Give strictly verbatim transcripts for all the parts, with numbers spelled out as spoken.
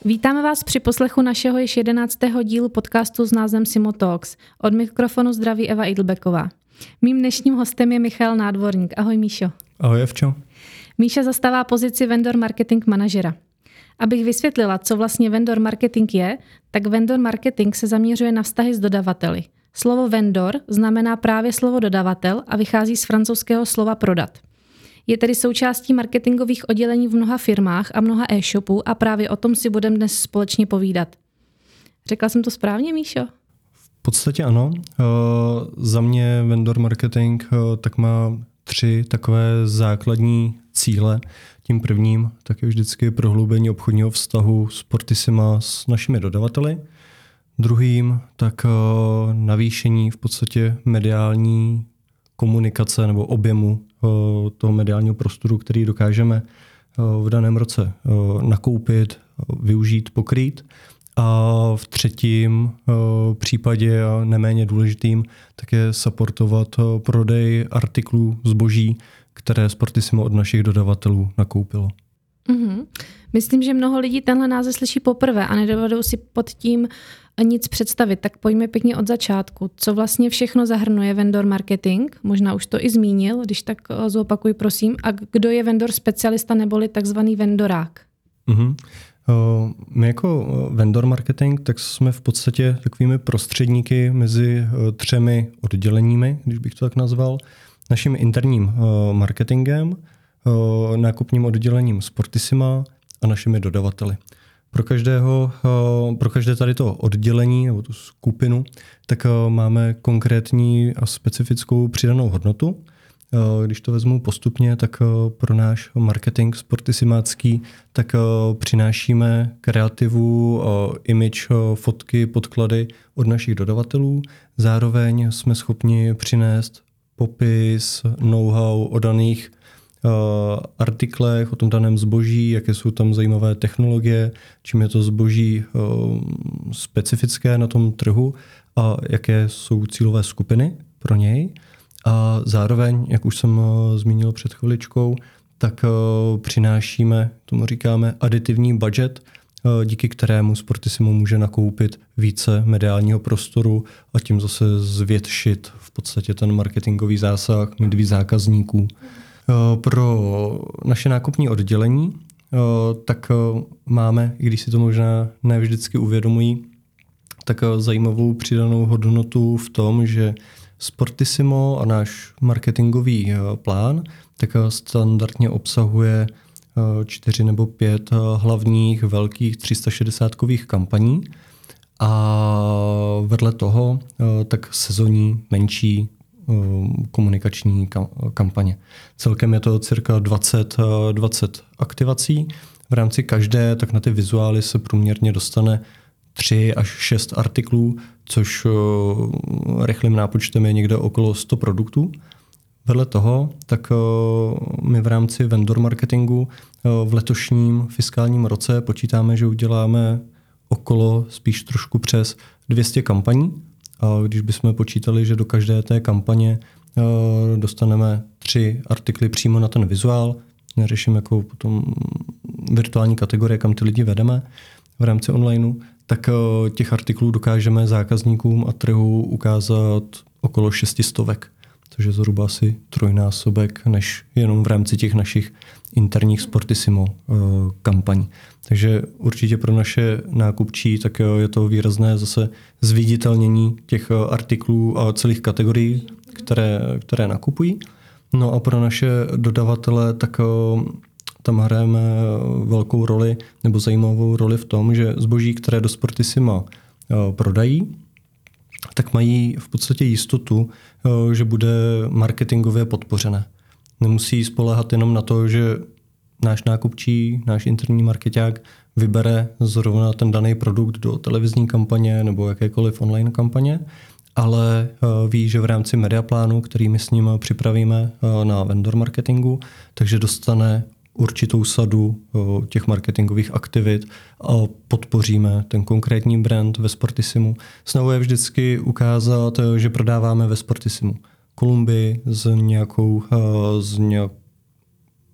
Vítáme vás při poslechu našeho již jedenáctého dílu podcastu s názvem Simo Talks. Od mikrofonu zdraví Eva Idlbecková. Mým dnešním hostem je Michal Nádvorník. Ahoj Míšo. Ahoj Evčo. Míša zastává pozici vendor marketing manažera. Abych vysvětlila, co vlastně vendor marketing je, tak vendor marketing se zaměřuje na vztahy s dodavateli. Slovo vendor znamená právě slovo dodavatel a vychází z francouzského slova prodat. Je tedy součástí marketingových oddělení v mnoha firmách a mnoha e-shopů a právě o tom si budeme dnes společně povídat. Řekla jsem to správně, Míšo? V podstatě ano. Uh, za mě vendor marketing uh, tak má tři takové základní cíle. Tím prvním tak je vždycky prohloubení obchodního vztahu Sportissima s našimi dodavateli. Druhým tak uh, navýšení v podstatě mediální komunikace nebo objemu toho mediálního prostoru, který dokážeme v daném roce nakoupit, využít, pokrýt. A v třetím případě, a neméně důležitým, tak je supportovat prodej artiklů zboží, které Sportissimo od našich dodavatelů nakoupilo. Mm-hmm. Myslím, že mnoho lidí tenhle název slyší poprvé a nedovedou si pod tím nic představit, tak pojďme pěkně od začátku. Co vlastně všechno zahrnuje vendor marketing? Možná už to i zmínil, když tak zopakuj prosím. A kdo je vendor specialista neboli takzvaný vendorák? Mm-hmm. My jako vendor marketing tak jsme v podstatě takovými prostředníky mezi třemi odděleními, když bych to tak nazval. Naším interním marketingem, nákupním oddělením Sportissima a našimi dodavateli. Pro každého, pro každé tady to oddělení nebo tu skupinu, tak máme konkrétní a specifickou přidanou hodnotu. Když to vezmu postupně, tak pro náš marketing sportissimácký, tak přinášíme kreativu, image, fotky, podklady od našich dodavatelů. Zároveň jsme schopni přinést popis, know-how o daných artiklech, o tom daném zboží, jaké jsou tam zajímavé technologie, čím je to zboží specifické na tom trhu a jaké jsou cílové skupiny pro něj. A zároveň, jak už jsem zmínil před chviličkou, tak přinášíme, tomu říkáme, aditivní budget, díky kterému Sportissimo může nakoupit více mediálního prostoru a tím zase zvětšit v podstatě ten marketingový zásah, mít víc zákazníků. Pro naše nákupní oddělení tak máme, i když si to možná ne vždycky uvědomují, tak zajímavou přidanou hodnotu v tom, že Sportissimo a náš marketingový plán tak standardně obsahuje čtyři nebo pět hlavních velkých tři sta šedesátkových kampaní a vedle toho tak sezonní menší komunikační kampaně. Celkem je to cirka dvacet, dvacet aktivací. V rámci každé tak na ty vizuály se průměrně dostane tři až šest artiklů, což rychlým nápočtem je někde okolo sto produktů. Vedle toho tak my v rámci vendor marketingu v letošním fiskálním roce počítáme, že uděláme okolo spíš trošku přes dvě stě kampaní. A když bychom počítali, že do každé té kampaně dostaneme tři artikly přímo na ten vizuál, neřeším jako potom virtuální kategorie, kam ty lidi vedeme v rámci onlineu, tak těch artiklů dokážeme zákazníkům a trhu ukázat okolo šestistovek, což je zhruba asi trojnásobek než jenom v rámci těch našich interních Sportissimo kampaní. Takže určitě pro naše nákupčí tak je to výrazné zase zviditelnění těch artiklů a celých kategorií, které, které nakupují. No a pro naše dodavatele tak tam hrajeme velkou roli nebo zajímavou roli v tom, že zboží, které do Sportissima prodají, tak mají v podstatě jistotu, že bude marketingově podpořené. Nemusí spoléhat jenom na to, že náš nákupčí, náš interní markeťák vybere zrovna ten daný produkt do televizní kampaně nebo jakékoliv online kampaně, ale ví, že v rámci mediaplánu, který my s ním připravíme na vendor marketingu, takže dostane určitou sadu těch marketingových aktivit a podpoříme ten konkrétní brand ve Sportissimu. Snahu je vždycky ukázat, že prodáváme ve Sportissimu Kolumbii s nějakou, s nějak,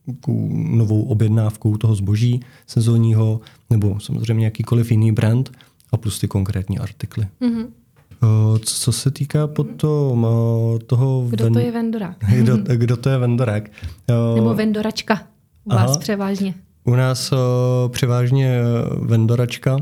novou objednávkou toho zboží sezónního, nebo samozřejmě jakýkoliv jiný brand a plus ty konkrétní artikly. Mm-hmm. Co se týká potom toho... Kdo ven... to je vendorák? Kdo, kdo to je vendorák? Nebo vendoračka u vás Aha, převážně? U nás převážně vendoračka.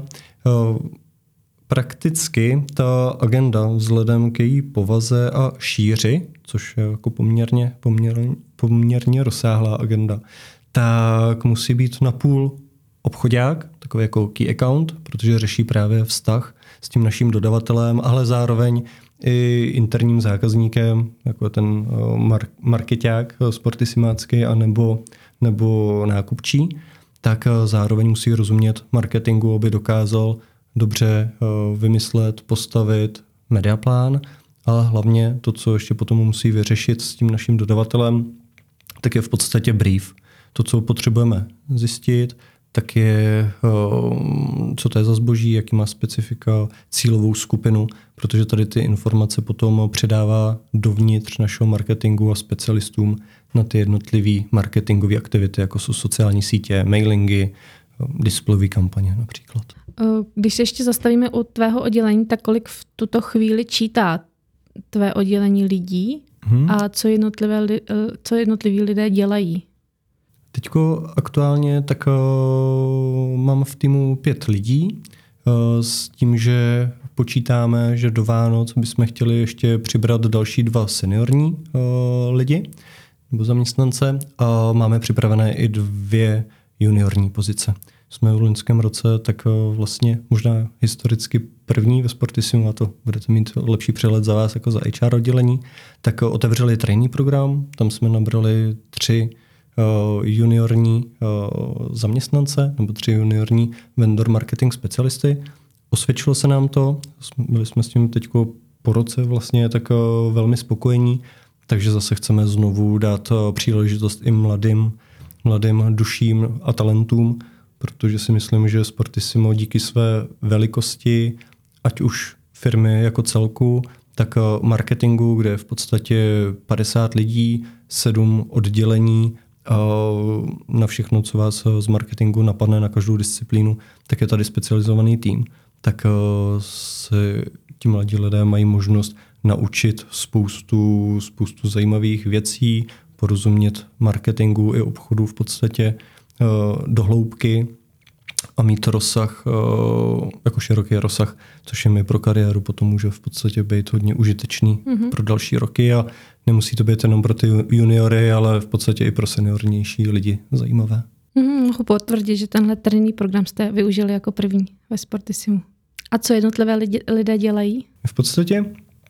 Prakticky ta agenda vzhledem k její povaze a šíři, což je jako poměrně, poměrně, poměrně rozsáhlá agenda, tak musí být napůl obchodák, takový jako key account, protože řeší právě vztah s tím naším dodavatelem, ale zároveň i interním zákazníkem, jako ten mar- marketák sportisimácký a nebo, nebo nákupčí, tak zároveň musí rozumět marketingu, aby dokázal dobře vymyslet, postavit mediaplán, ale hlavně to, co ještě potom musí vyřešit s tím naším dodavatelem, tak je v podstatě brief. To, co potřebujeme zjistit, tak je, co to je za zboží, jaký má specifika, cílovou skupinu, protože tady ty informace potom předává dovnitř našeho marketingu a specialistům na ty jednotlivé marketingové aktivity, jako jsou sociální sítě, mailingy, displejové kampaně například. Když se ještě zastavíme u tvého oddělení, tak kolik v tuto chvíli čítá tvé oddělení lidí hmm. a co, jednotlivé, co jednotliví lidé dělají? Teďko aktuálně tak uh, mám v týmu pět lidí uh, s tím, že počítáme, že do Vánoc bychom chtěli ještě přibrat další dva seniorní uh, lidi nebo zaměstnance a máme připravené i dvě juniorní pozice. Jsme v loňském roce tak uh, vlastně možná historicky první ve Sportisimu, a to budete mít lepší přehled za vás jako za H R oddělení, tak uh, otevřeli trainee program, tam jsme nabrali tři juniorní zaměstnance nebo tři juniorní vendor marketing specialisty. Osvědčilo se nám to, byli jsme s tím teď po roce vlastně tak velmi spokojení, takže zase chceme znovu dát příležitost i mladým, mladým duším a talentům, protože si myslím, že Sportisimo díky své velikosti, ať už firmy jako celku, tak marketingu, kde je v podstatě padesát lidí, sedm oddělení, na všechno, co vás z marketingu napadne, na každou disciplínu, tak je tady specializovaný tým. Tak se ti mladí lidé mají možnost naučit spoustu, spoustu zajímavých věcí, porozumět marketingu i obchodu v podstatě do hloubky a mít rozsah, jako široký rozsah, což je mi pro kariéru potom může v podstatě být hodně užitečný mm-hmm. pro další roky a nemusí to být jenom pro ty juniory, ale v podstatě i pro seniornější lidi zajímavé. Mm, mohu potvrdit, že tenhle tréninný program jste využili jako první ve Sportisimu. A co jednotlivé lidi, lidé dělají? V podstatě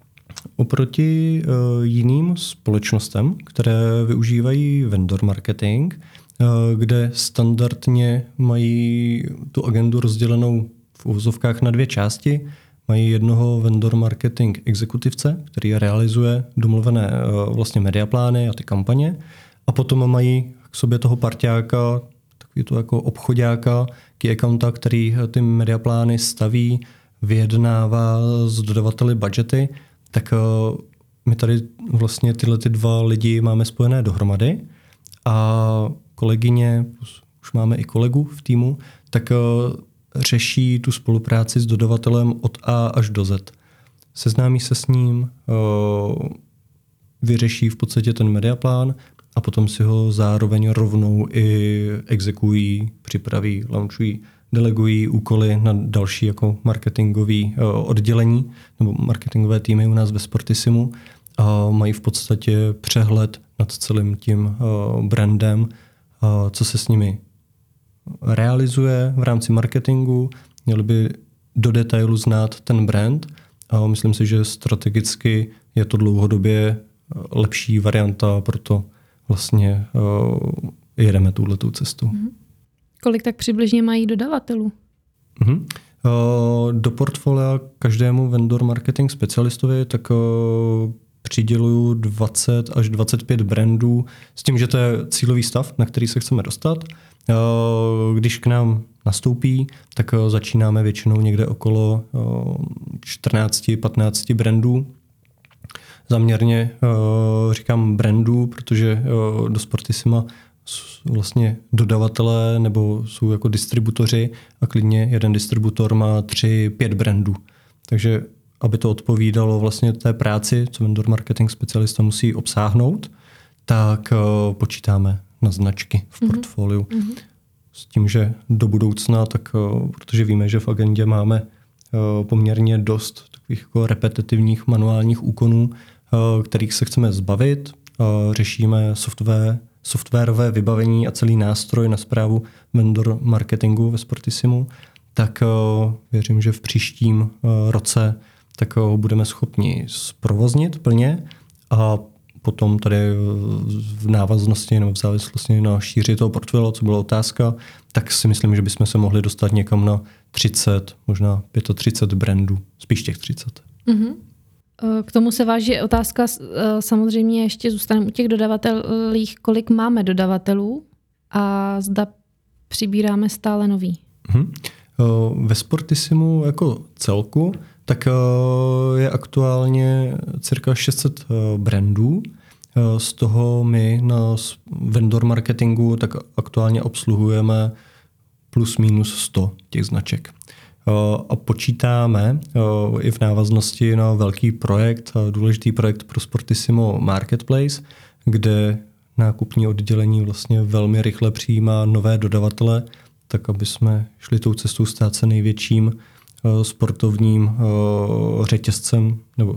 oproti uh, jiným společnostem, které využívají vendor marketing, uh, kde standardně mají tu agendu rozdělenou v uvozovkách na dvě části, mají jednoho vendor marketing exekutivce, který realizuje domluvené uh, vlastně mediaplány a ty kampaně, a potom mají k sobě toho parťáka, takový to jako obchodáka, key accounta, který ty mediaplány staví, vyjednává s dodavateli budgety, tak my tady vlastně tyhle ty dva lidi máme spojené dohromady a kolegyně, už máme i kolegu v týmu, tak řeší tu spolupráci s dodavatelem od A až do Z. Seznámí se s ním, vyřeší v podstatě ten mediaplán a potom si ho zároveň rovnou i exekují, připraví, launchují, delegují úkoly na další jako marketingové oddělení nebo marketingové týmy u nás ve Sportisimu a mají v podstatě přehled nad celým tím brandem, co se s nimi realizuje v rámci marketingu. Měli by do detailu znát ten brand a myslím si, že strategicky je to dlouhodobě lepší varianta, proto vlastně jedeme touhletou cestou. Mm-hmm. Kolik tak přibližně mají dodavatelů? Mm-hmm. Do portfolia každému vendor marketing specialistovi tak přiděluju dvacet až dvacet pět brandů s tím, že to je cílový stav, na který se chceme dostat. Když k nám nastoupí, tak začínáme většinou někde okolo čtrnáct patnáct brandů. Zaměrně říkám brandů, protože do Sportisima vlastně dodavatelé nebo jsou jako distributoři a klidně jeden distributor má tři, pět brandů. Takže aby to odpovídalo vlastně té práci, co vendor marketing specialista musí obsáhnout, tak uh, počítáme na značky v mm-hmm. portfoliu. Mm-hmm. S tím, že do budoucna, tak uh, protože víme, že v agendě máme uh, poměrně dost takových jako repetitivních manuálních úkonů, uh, kterých se chceme zbavit. Uh, řešíme software, softwarové vybavení a celý nástroj na správu vendor marketingu ve Sportissimu, tak uh, věřím, že v příštím uh, roce tak ho budeme schopni zprovoznit plně a potom tady v návaznosti nebo v závislosti na šíři toho portfolia, co byla otázka, tak si myslím, že bychom se mohli dostat někam na třicet, možná třicet pět brandů, spíš těch třicet. Mm-hmm. K tomu se váží otázka, samozřejmě ještě zůstaneme u těch dodavatelích, kolik máme dodavatelů a zda přibíráme stále nový. Mm-hmm. Ve Sportissimu jako celku tak je aktuálně cirka šest set brandů. Z toho my na vendor marketingu tak aktuálně obsluhujeme plus minus sto těch značek. A počítáme i v návaznosti na velký projekt, důležitý projekt pro Sportissimo Marketplace, kde nákupní oddělení vlastně velmi rychle přijímá nové dodavatele, tak aby jsme šli tou cestou stát se největším sportovním řetězcem nebo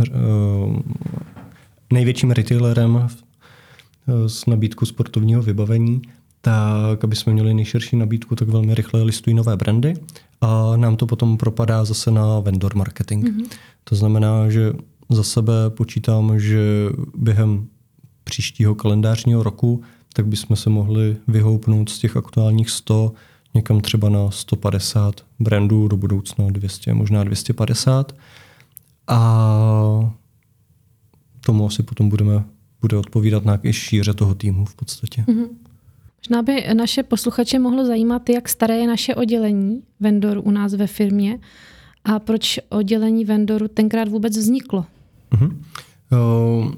největším retailerem s nabídkou sportovního vybavení, tak aby jsme měli nejširší nabídku, tak velmi rychle listují nové brandy a nám to potom propadá zase na vendor marketing. Mm-hmm. To znamená, že za sebe počítám, že během příštího kalendářního roku tak bychom se mohli vyhoupnout z těch aktuálních sto někam třeba na sto padesát brandů, do budoucna dvě stě, možná dvě stě padesát. A tomu asi potom budeme, bude odpovídat nějaké šíře toho týmu v podstatě. Mm-hmm. Možná by naše posluchače mohlo zajímat, jak staré je naše oddělení vendoru u nás ve firmě a proč oddělení vendoru tenkrát vůbec vzniklo. Mm-hmm. Uh,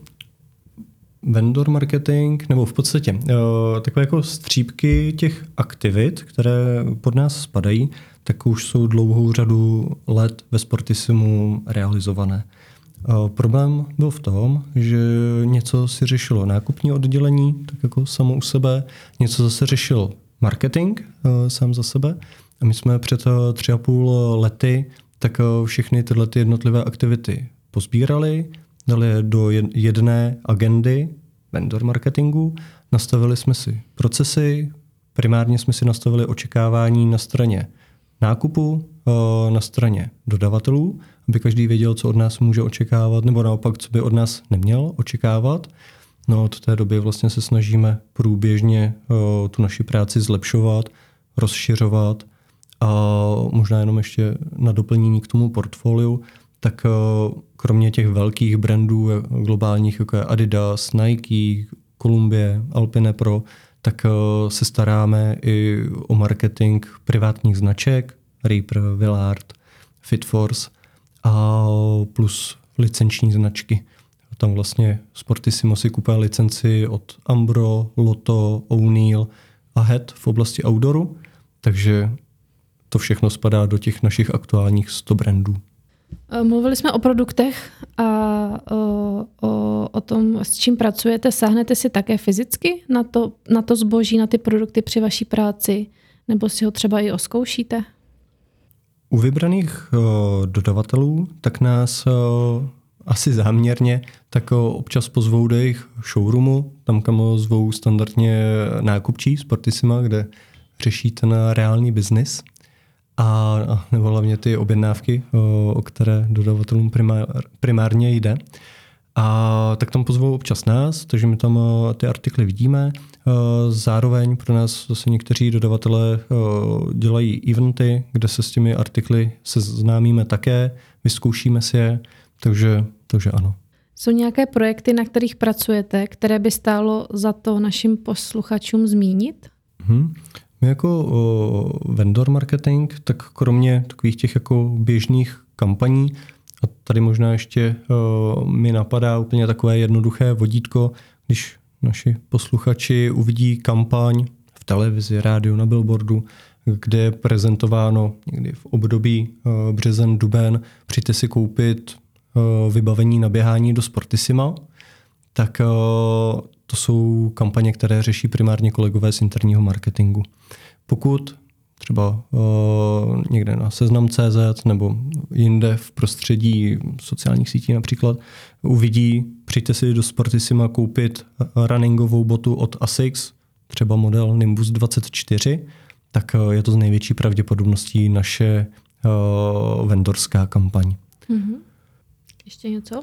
vendor marketing, nebo v podstatě uh, takové jako střípky těch aktivit, které pod nás spadají, tak už jsou dlouhou řadu let ve Sportissimu realizované. Uh, problém byl v tom, že něco si řešilo nákupní oddělení, tak jako samo u sebe, něco zase řešil marketing uh, sám za sebe. A my jsme před uh, tři a půl lety tak uh, všechny tyhle ty jednotlivé aktivity pozbírali, dali je do jedné agendy vendor marketingu, nastavili jsme si procesy, primárně jsme si nastavili očekávání na straně nákupu, na straně dodavatelů, aby každý věděl, co od nás může očekávat, nebo naopak, co by od nás neměl očekávat. No od té doby vlastně se snažíme průběžně tu naši práci zlepšovat, rozšiřovat a možná jenom ještě na doplnění k tomu portfoliu, tak kromě těch velkých brandů globálních, jako je Adidas, Nike, Columbia, Alpine Pro, tak se staráme i o marketing privátních značek, Reaper, Willard, Fitforce a plus licenční značky. Tam vlastně Sportissimo si kupuje licenci od Umbro, Lotto, O'Neill a Head v oblasti outdooru, takže to všechno spadá do těch našich aktuálních sto brandů. Mluvili jsme o produktech a o, o, o tom, s čím pracujete. Sáhnete si také fyzicky na to, na to zboží, na ty produkty při vaší práci? Nebo si ho třeba i oskoušíte? U vybraných o, dodavatelů tak nás o, asi záměrně tak o, občas pozvou do jejich showroomu, tam kam zvou standardně nákupčí Sportissima, kde řeší ten reálný biznis. A, a nebo hlavně ty objednávky, o, o které dodavatelům primár, primárně jde. A tak tam pozvou občas nás, takže my tam o, ty artikly vidíme. O, zároveň pro nás zase někteří dodavatelé o, dělají eventy, kde se s těmi artikly seznámíme také, vyzkoušíme si je, takže, takže ano. Jsou nějaké projekty, na kterých pracujete, které by stálo za to našim posluchačům zmínit? Hmm. My jako o, vendor marketing, tak kromě takových těch jako běžných kampaní, a tady možná ještě o, mi napadá úplně takové jednoduché vodítko, když naši posluchači uvidí kampaň v televizi, rádiu, na billboardu, kde je prezentováno někdy v období březen, duben, přijďte si koupit vybavení na běhání do Sportissima, tak to jsou kampaně, které řeší primárně kolegové z interního marketingu. Pokud třeba uh, někde na seznam tečka cé zet nebo jinde v prostředí sociálních sítí například uvidí, přijďte si do Sportissima koupit runningovou botu od Asics, třeba model Nimbus dvacet čtyři, tak uh, je to z největší pravděpodobností naše uh, vendorská kampaň. Mm-hmm. Ještě něco?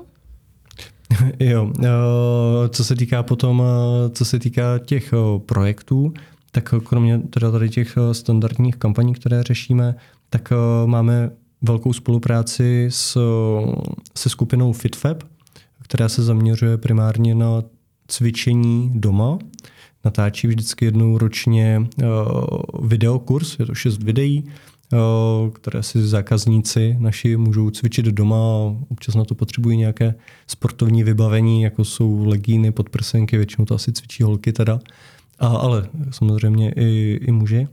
Jo, uh, co se týká potom, uh, co se týká těch uh, projektů, tak kromě teda tady těch standardních kampaní, které řešíme, tak máme velkou spolupráci s, se skupinou FitFab, která se zaměřuje primárně na cvičení doma. Natáčí vždycky jednou ročně videokurs, je to šest videí, které si zákazníci naši můžou cvičit doma. Občas na to potřebují nějaké sportovní vybavení, jako jsou legíny, podprsenky, většinou to asi cvičí holky teda. A, ale samozřejmě i, i muži.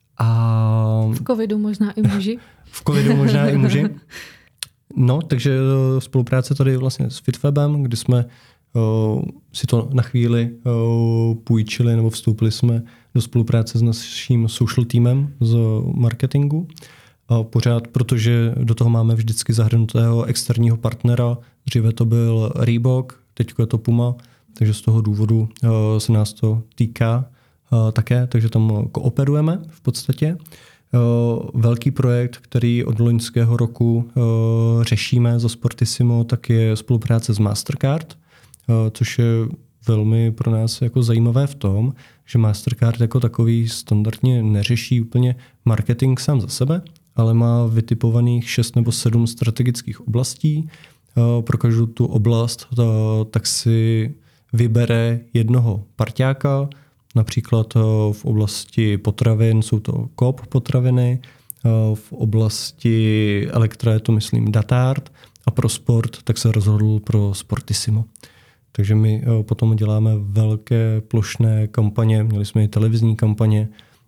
A v covidu možná i muži. v covidu možná i muži. No, takže spolupráce tady vlastně s FitFabem, kdy jsme uh, si to na chvíli uh, půjčili nebo vstoupili jsme do spolupráce s naším social týmem z marketingu. Uh, pořád, protože do toho máme vždycky zahrnutého externího partnera. Dříve to byl Reebok, teď je to Puma. Takže z toho důvodu uh, se nás to týká uh, také, takže tam kooperujeme v podstatě. Uh, velký projekt, který od loňského roku uh, řešíme za Sportissimo, tak je spolupráce s Mastercard, uh, což je velmi pro nás jako zajímavé v tom, že Mastercard jako takový standardně neřeší úplně marketing sám za sebe, ale má vytipovaných šest nebo sedm strategických oblastí. Uh, pro každou tu oblast uh, tak si vybere jednoho parťáka, například v oblasti potravin jsou to Coop potraviny, v oblasti elektra je to, myslím, Datard a pro sport tak se rozhodl pro Sportissimo. Takže my potom děláme velké plošné kampaně, měli jsme i televizní kampaně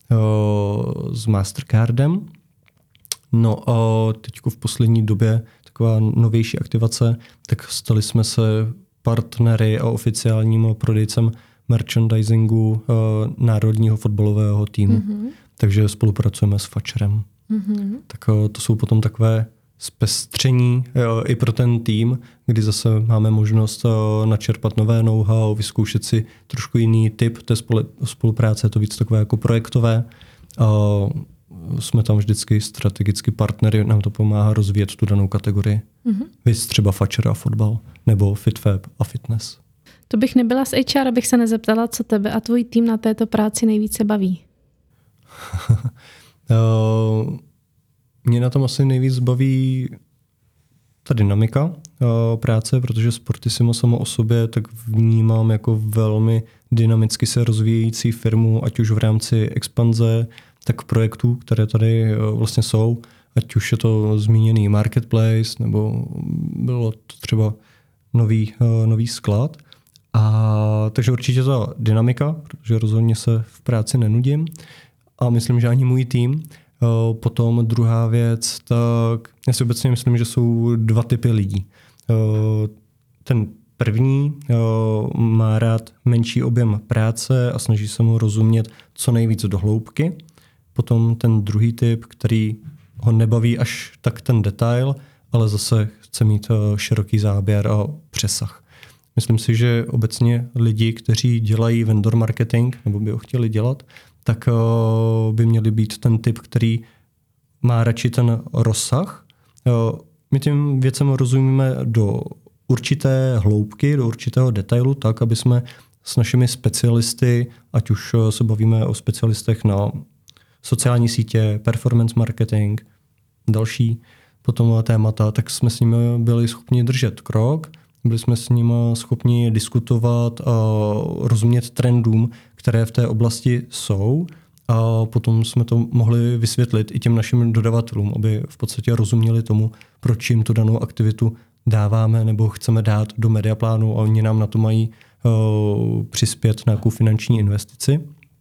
s Mastercardem. No a teď v poslední době taková novější aktivace, tak stali jsme se partnery a oficiálním prodejcem merchandisingu uh, národního fotbalového týmu. Mm-hmm. Takže spolupracujeme s Facherem. Mm-hmm. Tak uh, to jsou potom takové zpestření uh, i pro ten tým, kdy zase máme možnost uh, načerpat nové know-how, vyzkoušet si trošku jiný typ té spolupráce, je to víc takové jako projektové. Uh, jsme tam vždycky strategicky partnery, nám to pomáhá rozvíjet tu danou kategorii. Mm-hmm. Víc třeba Facher a fotbal, nebo FitFab a fitness. To bych nebyla z há er, abych se nezeptala, co tebe a tvůj tým na této práci nejvíce baví. uh, mě na tom asi nejvíc baví ta dynamika uh, práce, protože Sportissimo samo o sobě tak vnímám jako velmi dynamicky se rozvíjející firmu, ať už v rámci expanze, tak projektů, které tady uh, vlastně jsou, ať už je to zmíněný marketplace, nebo bylo to třeba nový, uh, nový sklad. A takže určitě ta dynamika, protože rozhodně se v práci nenudím a myslím, že ani můj tým. Potom druhá věc, tak já si obecně myslím, že jsou dva typy lidí. Ten první má rád menší objem práce a snaží se mu rozumět co nejvíc do hloubky. Potom ten druhý typ, který ho nebaví až tak ten detail, ale zase chce mít široký záběr a přesah. Myslím si, že obecně lidi, kteří dělají vendor marketing, nebo by ho chtěli dělat, tak by měli být ten typ, který má radši ten rozsah. My tím věcem rozumíme do určité hloubky, do určitého detailu, tak, aby jsme s našimi specialisty, ať už se bavíme o specialistech na sociální sítě, performance marketing, další potom témata, tak jsme s nimi byli schopni držet krok, byli jsme s nimi schopni diskutovat a rozumět trendům, které v té oblasti jsou, a potom jsme to mohli vysvětlit i těm našim dodavatelům, aby v podstatě rozuměli tomu, proč jim tu danou aktivitu dáváme nebo chceme dát do mediaplánu a oni nám na to mají uh, přispět nějakou finanční investici.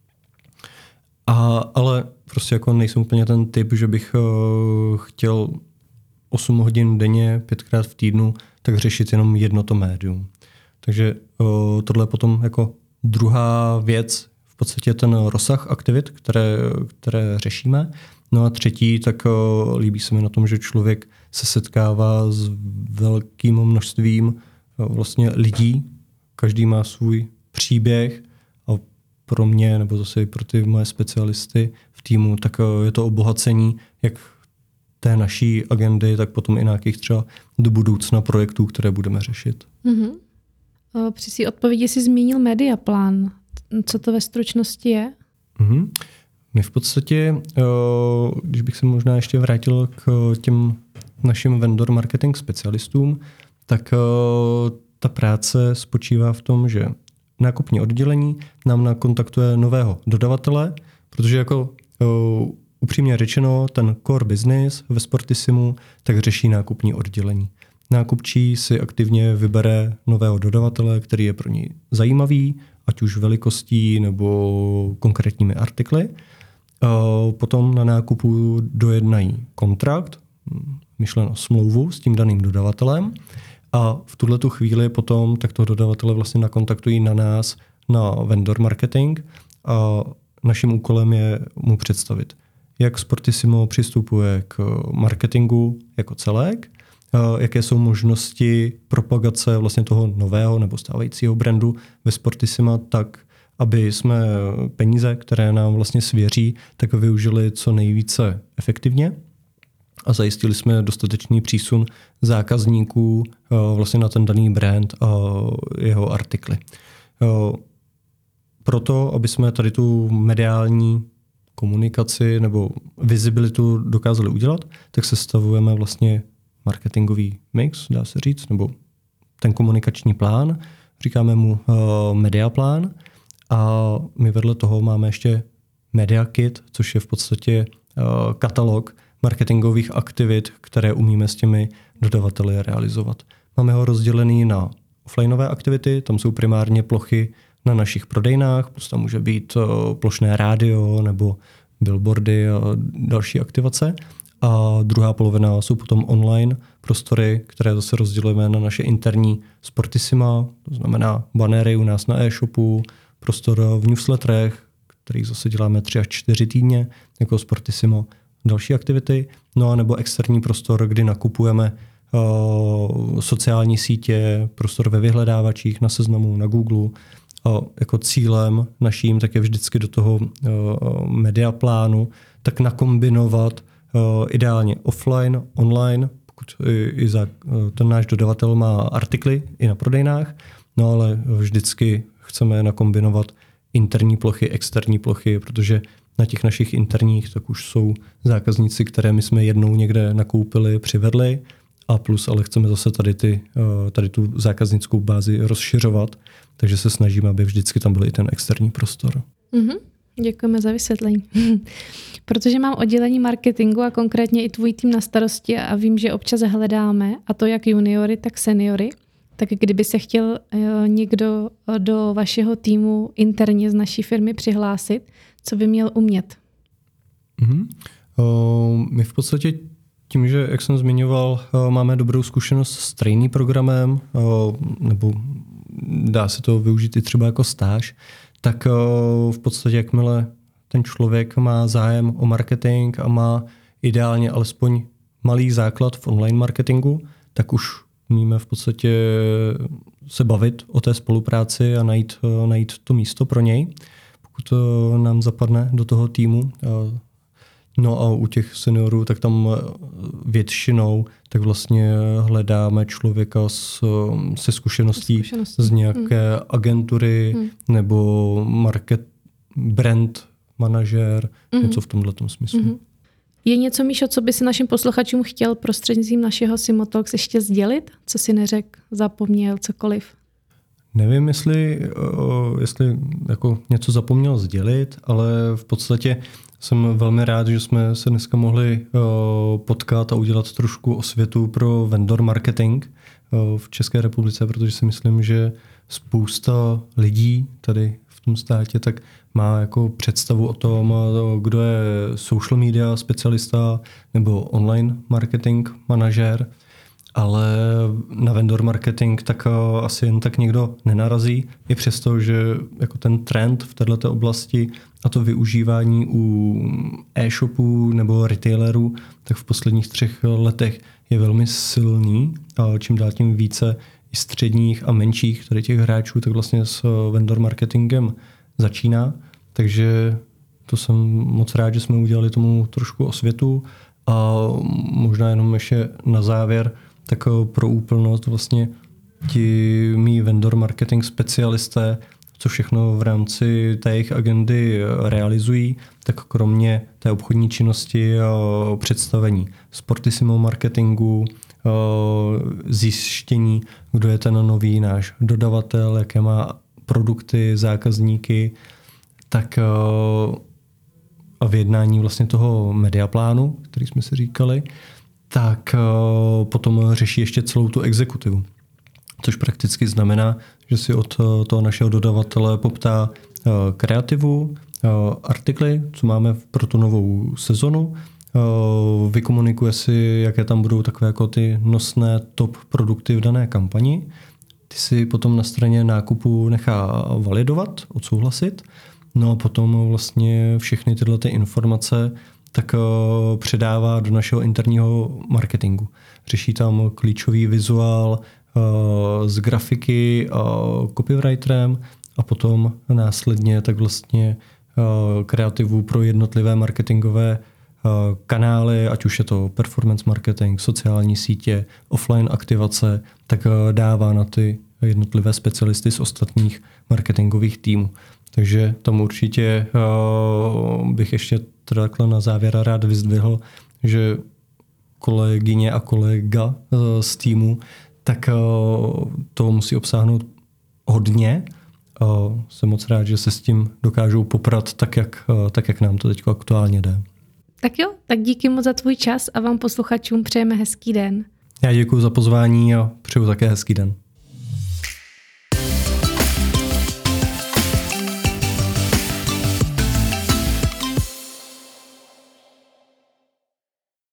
A, ale prostě jako nejsem úplně ten typ, že bych uh, chtěl osm hodin denně, pětkrát v týdnu, tak řešit jenom jedno to médium. Takže uh, tohle je potom jako druhá věc, v podstatě ten rozsah aktivit, které, které řešíme. No a třetí, tak uh, líbí se mi na tom, že člověk se setkává s velkým množstvím uh, vlastně lidí. Každý má svůj příběh a pro mě, nebo zase i pro ty moje specialisty v týmu, tak uh, je to obohacení jak té naší agendy, tak potom i nějakých třeba do budoucna projektů, které budeme řešit. Mm-hmm. Při svý odpovědi jsi zmínil Mediaplán. Co to ve stručnosti je? Mm-hmm. My v podstatě, když bych se možná ještě vrátil k těm našim vendor marketing specialistům, tak ta práce spočívá v tom, že nákupní oddělení nám nakontaktuje nového dodavatele, protože jako upřímně řečeno, ten core business ve Sportissimu tak řeší nákupní oddělení. Nákupčí si aktivně vybere nového dodavatele, který je pro něj zajímavý, ať už velikostí nebo konkrétními artikly. Potom na nákupu dojednají kontrakt, myšleno smlouvu s tím daným dodavatelem a v tuhletu chvíli potom tak toho dodavatele vlastně nakontaktují na nás na vendor marketing a naším úkolem je mu představit, jak Sportissimo přistupuje k marketingu jako celek, jaké jsou možnosti propagace vlastně toho nového nebo stávajícího brandu ve Sportissima tak, aby jsme peníze, které nám vlastně svěří, tak využili co nejvíce efektivně a zajistili jsme dostatečný přísun zákazníků vlastně na ten daný brand a jeho artikly. Proto, aby jsme tady tu mediální komunikaci nebo vizibilitu dokázali udělat, tak sestavujeme vlastně marketingový mix, dá se říct, nebo ten komunikační plán, říkáme mu uh, mediaplán a my vedle toho máme ještě Media Kit, což je v podstatě uh, katalog marketingových aktivit, které umíme s těmi dodavateli realizovat. Máme ho rozdělený na offlineové aktivity, tam jsou primárně plochy na našich prodejnách, plus tam může být uh, plošné rádio nebo billboardy a další aktivace. A druhá polovina jsou potom online prostory, které zase rozdělujeme na naše interní Sportissima, to znamená banéry u nás na e-shopu, prostor v newsletterech, který zase děláme tři až čtyři týdně jako Sportissimo, další aktivity, no a nebo externí prostor, kdy nakupujeme uh, sociální sítě, prostor ve vyhledávačích, na Seznamu, na Google. A jako cílem naším tak je vždycky do toho uh, mediaplánu tak nakombinovat Uh, ideálně offline, online, pokud i, i za, uh, ten náš dodavatel má artikly i na prodejnách, no ale vždycky chceme nakombinovat interní plochy, externí plochy, protože na těch našich interních tak už jsou zákazníci, které my jsme jednou někde nakoupili, přivedli a plus, ale chceme zase tady, ty, uh, tady tu zákaznickou bázi rozšiřovat, takže se snažíme, aby vždycky tam byl i ten externí prostor. Mm-hmm. Děkujeme za vysvětlení. Protože mám oddělení marketingu a konkrétně i tvůj tým na starosti a vím, že občas hledáme, a to jak juniory, tak seniory, tak kdyby se chtěl někdo do vašeho týmu interně z naší firmy přihlásit, co by měl umět? Mm-hmm. Uh, my v podstatě tím, že, jak jsem zmiňoval, uh, máme dobrou zkušenost s trainee programem, uh, nebo dá se to využít i třeba jako stáž, tak v podstatě jakmile ten člověk má zájem o marketing a má ideálně alespoň malý základ v online marketingu, tak už umíme v podstatě se bavit o té spolupráci a najít, najít to místo pro něj, pokud nám zapadne do toho týmu. No a u těch seniorů, tak tam většinou tak vlastně hledáme člověka s, se zkušeností, zkušeností z nějaké hmm. agentury hmm. nebo market, brand manažer, hmm. něco v tomhletom smyslu. Hmm. Je něco, Míšo, co by si našim posluchačům chtěl prostřednictvím našeho Simotalks ještě sdělit? Co si neřekl, zapomněl, cokoliv? Nevím, jestli, jestli jako něco zapomněl sdělit, ale v podstatě jsem velmi rád, že jsme se dneska mohli potkat a udělat trošku osvětu pro vendor marketing v České republice, protože si myslím, že spousta lidí tady v tom státě tak má jako představu o tom, kdo je social media specialista nebo online marketing manažer, ale na vendor marketing tak asi jen tak někdo nenarazí, i přesto, že jako ten trend v této oblasti a to využívání u e-shopů nebo retailerů, tak v posledních třech letech je velmi silný a čím dál tím více i středních a menších tady těch hráčů, tak vlastně s vendor marketingem začíná. Takže to jsem moc rád, že jsme udělali tomu trošku osvětu a možná jenom ještě na závěr, tak pro úplnost vlastně ti mý vendor marketing specialisté, co všechno v rámci té jejich agendy realizují, tak kromě té obchodní činnosti a představení Sportissimo marketingu, zjištění, kdo je ten nový náš dodavatel, jaké má produkty, zákazníky, tak a vyjednání vlastně toho mediaplánu, který jsme si říkali, tak potom řeší ještě celou tu exekutivu. Což prakticky znamená, že si od toho našeho dodavatele poptá kreativu, artikly, co máme pro tu novou sezonu, vykomunikuje si, jaké tam budou takové jako ty nosné top produkty v dané kampani. Ty si potom na straně nákupu nechá validovat, odsouhlasit. No a potom vlastně všechny tyhle ty informace tak předává do našeho interního marketingu. Řeší tam klíčový vizuál z grafiky a copywriterem a potom následně tak vlastně kreativu pro jednotlivé marketingové kanály, ať už je to performance marketing, sociální sítě, offline aktivace, tak dává na ty jednotlivé specialisty z ostatních marketingových týmů. Takže tam určitě bych ještě takhle na závěr rád vyzdvihl, že kolegyně a kolega z týmu, tak to musí obsáhnout hodně. Jsem moc rád, že se s tím dokážou poprat tak, jak, tak, jak nám to teď aktuálně jde. Tak jo, tak díky moc za tvůj čas a vám posluchačům přejeme hezký den. Já děkuji za pozvání a přeju také hezký den.